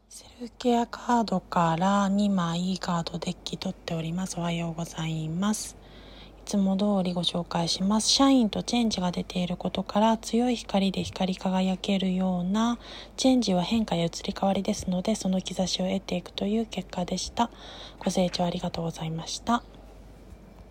セルフケアカードから2枚カードデッキ取っております。おはようございます。いつも通りご紹介します。シャインとチェンジが出ていることから、強い光で光り輝けるようなチェンジは変化や移り変わりですので、その兆しを得ていくという結果でした。ご清聴ありがとうございました。